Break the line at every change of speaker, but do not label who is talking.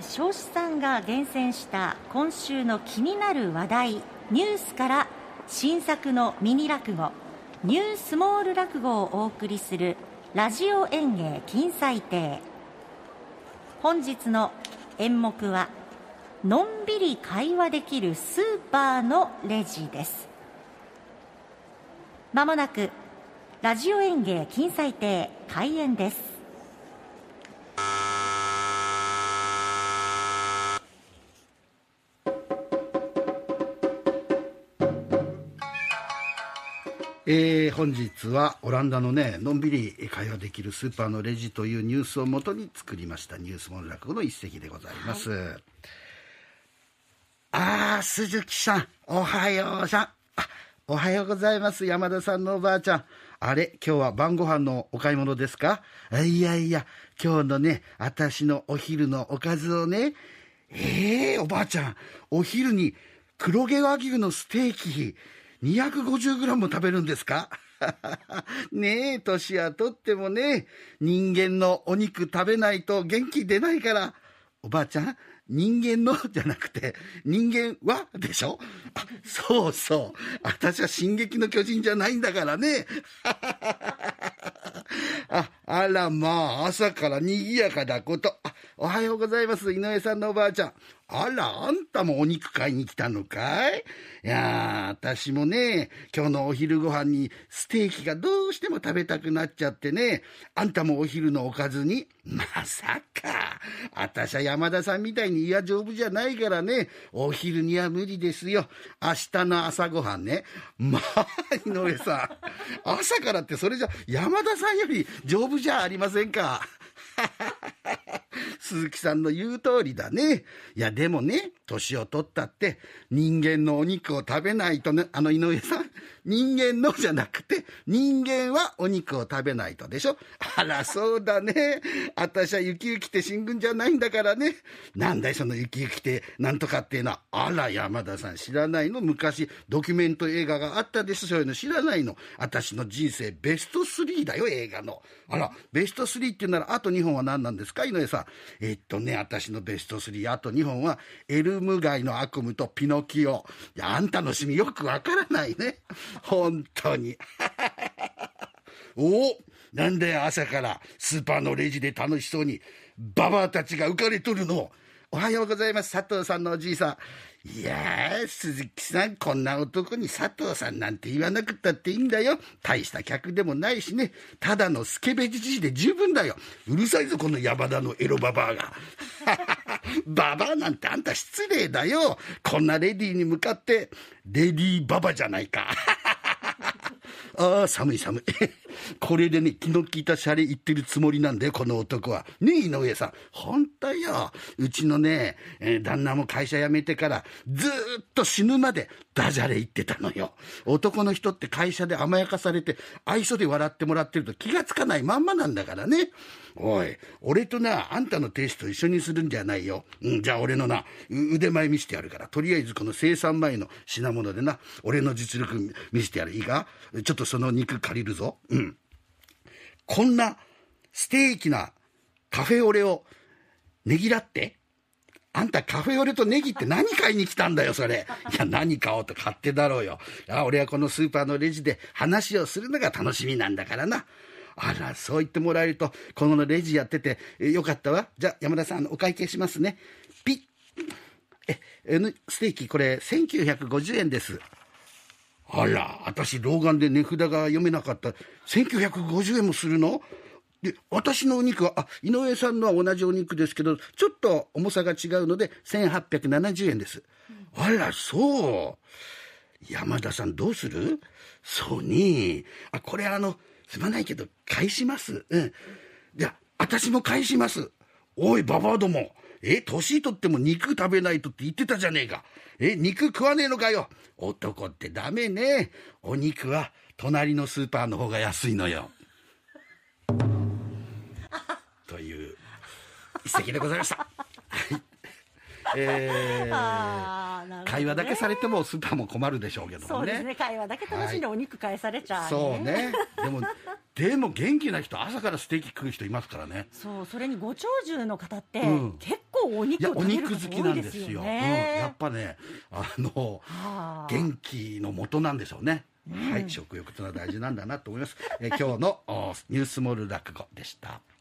彰子さんが厳選した今週の気になる話題ニュースから新作のミニ落語ニュースモール落語をお送りするラジオ演芸欽斎亭。本日の演目はのんびり会話できるスーパーのレジです。まもなくラジオ演芸欽斎亭開演です。
本日はオランダのねのんびり会話できるスーパーのレジというニュースをもとに作りましたニュースモール落語の一席でございます、はい、鈴木さんおはようさん。おはようございます。山田さんのおばあちゃん。あれ今日は晩ご飯のお買い物ですか？いやいや今日のね私のお昼のおかずをねおばあちゃんお昼に黒毛和牛のステーキ250g も食べるんですか？ねえ年はとってもね人間のお肉食べないと元気出ないから。おばあちゃん人間のじゃなくて人間はでしょ。そうそう私は進撃の巨人じゃないんだからね。あらまあ朝からにぎやかだこと。おはようございます井上さんのおばあちゃん。あらあんたもお肉買いに来たのかい？いや私もね今日のお昼ご飯にステーキがどうしても食べたくなっちゃってね。あんたもお昼のおかずに。まさか私は山田さんみたいに胃は丈夫じゃないからねお昼には無理ですよ。明日の朝ごはんね。まあ井上さん朝からってそれじゃ山田さんより丈夫じゃありませんか。鈴木さんの言う通りだね。いやでもね年を取ったって人間のお肉を食べないとね。井上さん人間のじゃなくて人間はお肉を食べないとでしょ。あらそうだね。私は雪雪って新聞じゃないんだからね。なんだいその雪雪ってなんとかっていうのは。あら山田さん知らないの？昔ドキュメント映画があったでしょ。そういうの知らないの？私の人生ベスト3だよ映画の。あらベスト3って言うならあと2本は何なんですか井上さん？私のベスト3あと2本はエルム街の悪夢とピノキオ。いやあんたの趣味よくわからないね本当に。なんだよ朝からスーパーのレジで楽しそうにババアたちが浮かれとるの。おはようございます佐藤さんのおじいさん。いやー鈴木さんこんな男に佐藤さんなんて言わなくったっていいんだよ。大した客でもないしねただのスケベじじいで十分だよ。うるさいぞこの山田のエロババアが。ババアなんてあんた失礼だよ。こんなレディーに向かってレディーババじゃないか。寒い寒い。これでね気の利いたシャレ言ってるつもりなんだよこの男はね。井上さん本当よ。うちのね、旦那も会社辞めてからずーっと死ぬまでダジャレ言ってたのよ。男の人って会社で甘やかされて愛想で笑ってもらってると気がつかないまんまなんだからね。おい俺となあんたのテイスト一緒にするんじゃないよ、じゃあ俺のな腕前見せてやるからとりあえずこの生産前の品物でな俺の実力見せてやる。いいかちょっとその肉借りるぞ。こんなステーキなカフェオレをねぎらってあんたカフェオレとネギって何買いに来たんだよそれ。いや何買おうと勝手だろうよ。俺はこのスーパーのレジで話をするのが楽しみなんだからな。あらそう言ってもらえるとこのレジやっててよかったわ。じゃあ山田さんお会計しますね。ピッステーキこれ1950円です。あら私老眼で値札が読めなかった。1950円もするの？で私のお肉は井上さんのは同じお肉ですけどちょっと重さが違うので1870円です。あらそう山田さんどうする？そうねこれすまないけど返します。じゃあ私も返します。おいババアども年取っても肉食べないとって言ってたじゃねえか。肉食わねえのかよ。男ってダメね。お肉は隣のスーパーの方が安いのよ。という一席でございました。会話だけされてもスーパーも困るでしょうけどもね。
そうですね会話だけ楽しんでお肉返されちゃう、ね、
そうねでも元気な人朝からステーキ食う人いますからね。
それにご長寿の方って、結構構お肉を食べる
お肉好きなんですよ。やっぱね、元気の元なんでしょうね。はい、食欲というのは大事なんだなと思います。今日のニュースモール落語でした。